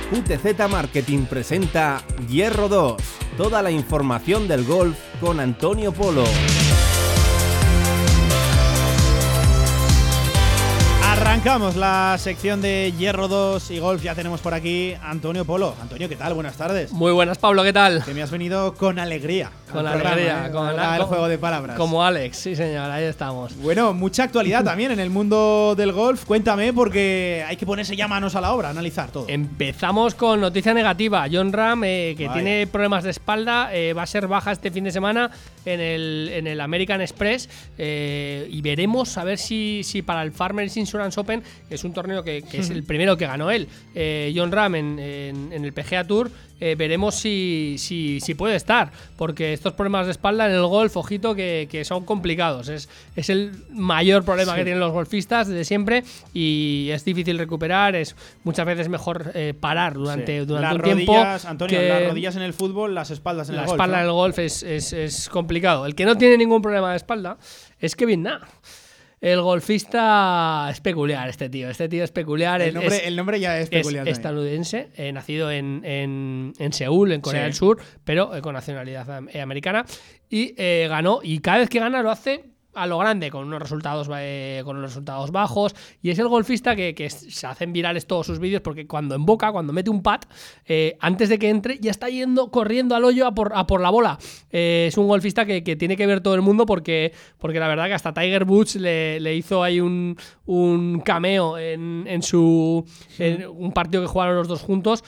QTZ Marketing presenta Hierro 2, toda la información del golf con Antonio Polo. Arrancamos la sección de Hierro 2 y golf. Ya tenemos por aquí Antonio Polo. Antonio, ¿qué tal? Buenas tardes. Muy buenas, Pablo, ¿qué tal? Que me has venido con alegría. Con alegría, con el juego de palabras. Como Alex, sí señor, ahí estamos. Bueno, mucha actualidad también en el mundo del golf. Cuéntame, porque hay que ponerse ya manos a la obra, analizar todo. Empezamos con noticia negativa. Jon Rahm, que tiene problemas de espalda, va a ser baja este fin de semana en el American Express, y veremos a ver si para el Farmers Insurance Open, que es un torneo que es el primero que ganó él, Jon Rahm en el PGA Tour, veremos si puede estar, porque estos problemas de espalda en el golf, ojito, que son complicados. Es el mayor problema que tienen los golfistas desde siempre, y es difícil recuperar. Es muchas veces mejor parar durante un tiempo. Antonio, las rodillas en el fútbol, las espaldas en el golf. La espalda en el golf es complicado. El que no tiene ningún problema de espalda es Kevin Na. El golfista es peculiar, este tío es peculiar. El nombre ya es peculiar. Es estadounidense, nacido en Seúl, en Corea del Sur, pero con nacionalidad americana. Y ganó, y cada vez que gana lo hace a lo grande, con unos resultados bajos, y es el golfista que se hacen virales todos sus vídeos, porque cuando mete un pat, antes de que entre, ya está corriendo al hoyo a por la bola. Es un golfista que tiene que ver todo el mundo, porque la verdad que hasta Tiger Woods le hizo ahí un cameo en un partido que jugaron los dos juntos,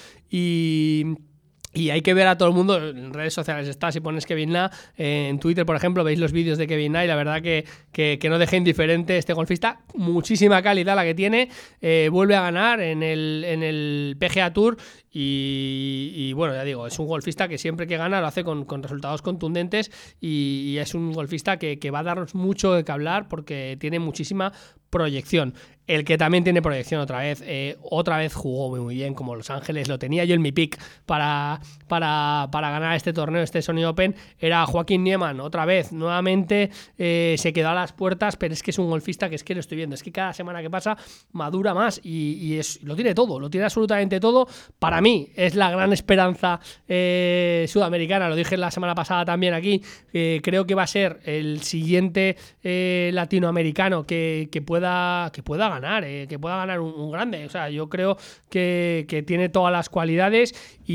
y hay que ver a todo el mundo. En redes sociales está, si pones Kevin Na, en Twitter, por ejemplo, veis los vídeos de Kevin Na, y la verdad que no deja indiferente este golfista. Muchísima calidad la que tiene. Vuelve a ganar en el PGA Tour, y bueno, ya digo, es un golfista que siempre que gana lo hace con resultados contundentes, y es un golfista que va a darnos mucho de qué hablar, porque tiene muchísima proyección. El que también tiene proyección otra vez jugó muy bien, como Los Ángeles, lo tenía yo en mi pick para ganar este torneo, este Sony Open, era Joaquín Niemann. Otra vez, nuevamente se quedó a las puertas, pero es que es un golfista que lo estoy viendo, es que cada semana que pasa madura más, y lo tiene todo, lo tiene absolutamente todo. Para mí es la gran esperanza sudamericana, lo dije la semana pasada también aquí. Creo que va a ser el siguiente latinoamericano que pueda ganar, que pueda ganar un grande. O sea, yo creo que tiene todas las cualidades,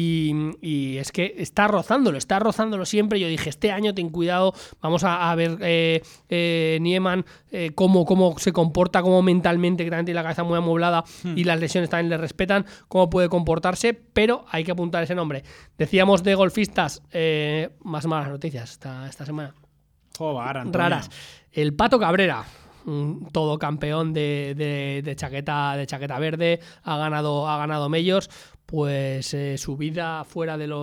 y es que está rozándolo siempre. Yo dije, este año ten cuidado, vamos a ver Niemann cómo se comporta, cómo mentalmente, que también tiene la cabeza muy amueblada, y las lesiones también le respetan, cómo puede comportarse, pero hay que apuntar ese nombre. Decíamos de golfistas, más malas noticias esta semana. Raras. El Pato Cabrera, todo campeón de chaqueta verde, ha ganado majors. Pues su vida fuera del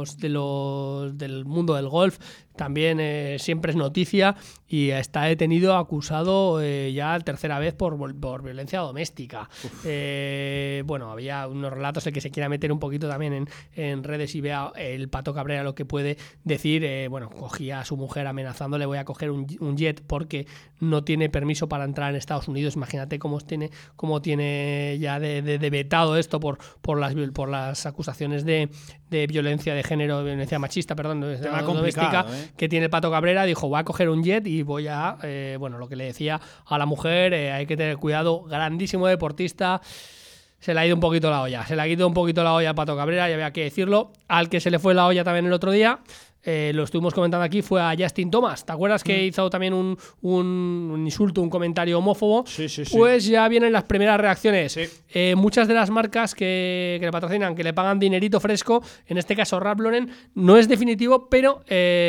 mundo del golf también siempre es noticia, y está detenido, acusado ya tercera vez por violencia doméstica. Bueno, había unos relatos, el que se quiera meter un poquito también en redes y vea el Pato Cabrera lo que puede decir. Bueno, cogía a su mujer amenazándole: voy a coger un jet porque no tiene permiso para entrar en Estados Unidos. Imagínate cómo tiene ya de vetado esto por las acusaciones de violencia de género, violencia machista, doméstica, que tiene el Pato Cabrera. Dijo: voy a coger un jet y voy a lo que le decía a la mujer, hay que tener cuidado. Grandísimo deportista. Se le ha ido un poquito la olla, al Pato Cabrera, ya había que decirlo. Al que se le fue la olla también el otro día, lo estuvimos comentando aquí, fue a Justin Thomas. ¿Te acuerdas que hizo también un insulto, un comentario homófobo? Sí. Pues ya vienen las primeras reacciones. Muchas de las marcas que le patrocinan, que le pagan dinerito fresco, en este caso Ralph Lauren, no es definitivo, pero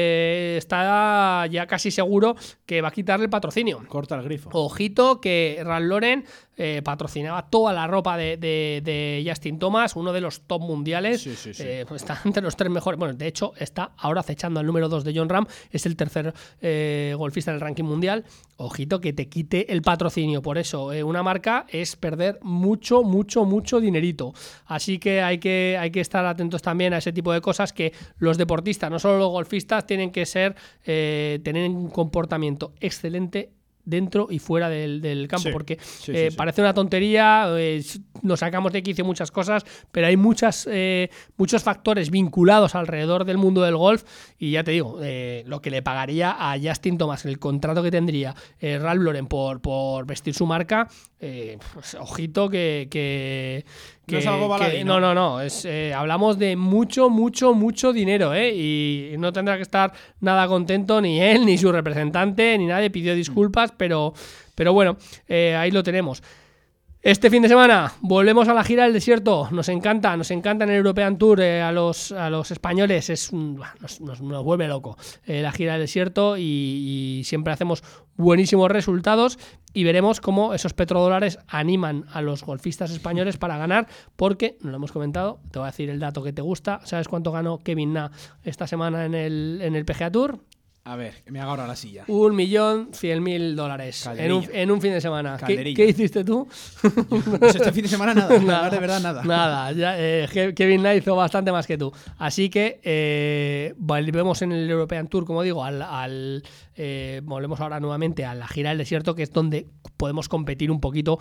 está ya casi seguro que va a quitarle el patrocinio. Corta el grifo. Ojito, que Ralph Lauren patrocinaba toda la ropa de Justin Thomas, uno de los top mundiales. Pues está entre los 3 mejores. Bueno, de hecho, está ahora acechando al número 2 de Jon Rahm, es el tercer golfista en el ranking mundial. Ojito que te quite el patrocinio. Por eso, una marca es perder mucho dinerito. Así que hay que estar atentos también a ese tipo de cosas, que los deportistas, no solo los golfistas, tienen que tener un comportamiento excelente dentro y fuera del campo, porque parece una tontería, nos sacamos de quicio muchas cosas, pero hay muchos factores vinculados alrededor del mundo del golf, y ya te digo, lo que le pagaría a Justin Thomas, el contrato que tendría Ralph Lauren por vestir su marca, pues, ojito que no es algo baladí, no, hablamos de mucho dinero, y no tendrá que estar nada contento ni él, ni su representante, ni nadie. Pidió disculpas, pero bueno, ahí lo tenemos. Este fin de semana volvemos a la gira del desierto. Nos encanta en el European Tour, a los españoles nos vuelve loco la gira del desierto, y siempre hacemos buenísimos resultados, y veremos cómo esos petrodólares animan a los golfistas españoles para ganar, porque, no lo hemos comentado, te voy a decir el dato que te gusta. ¿Sabes cuánto ganó Kevin Na esta semana en el PGA Tour? A ver, que me haga ahora la silla. $1.100.000 en un fin de semana. ¿Qué hiciste tú? Pues este fin de semana nada, de verdad nada. Nada, Kevin Na hizo bastante más que tú. Así que volvemos en el European Tour, como digo, volvemos ahora nuevamente a la gira del desierto, que es donde podemos competir un poquito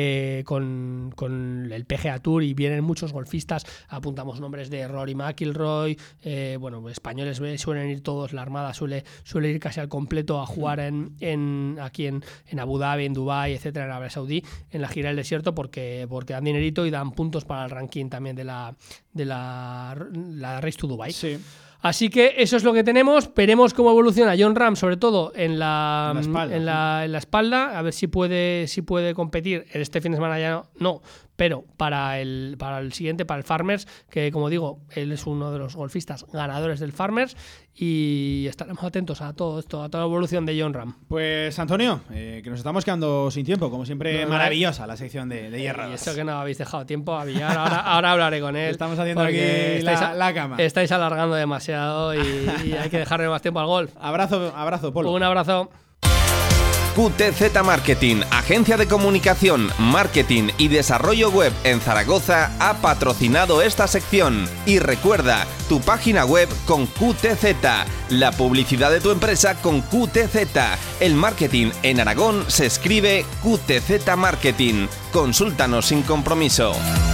con el PGA Tour, y vienen muchos golfistas. Apuntamos nombres de Rory McIlroy, españoles suelen ir todos, la Armada suele ir casi al completo a jugar aquí en Abu Dhabi, en Dubái, etcétera, en Arabia Saudí, en la gira del desierto, porque dan dinerito y dan puntos para el ranking también de la Race to Dubai. Sí. Así que eso es lo que tenemos. Veremos cómo evoluciona Jon Rahm, sobre todo en la espalda, a ver si puede competir. Este fin de semana ya no, pero para el siguiente, para el Farmers, que como digo, él es uno de los golfistas ganadores del Farmers, y estaremos atentos a todo esto, a toda la evolución de Jon Rahm. Pues Antonio, que nos estamos quedando sin tiempo, como siempre. Maravillosa la sección de hierro. Y eso que no habéis dejado tiempo a Villar, ahora hablaré con él. Estamos haciendo aquí la cama. Estáis alargando demasiado, y hay que dejarle más tiempo al golf. Abrazo, Polo. Un abrazo. QTZ Marketing, agencia de comunicación, marketing y desarrollo web en Zaragoza, ha patrocinado esta sección. Y recuerda, tu página web con QTZ, la publicidad de tu empresa con QTZ. El marketing en Aragón se escribe QTZ Marketing. Consúltanos sin compromiso.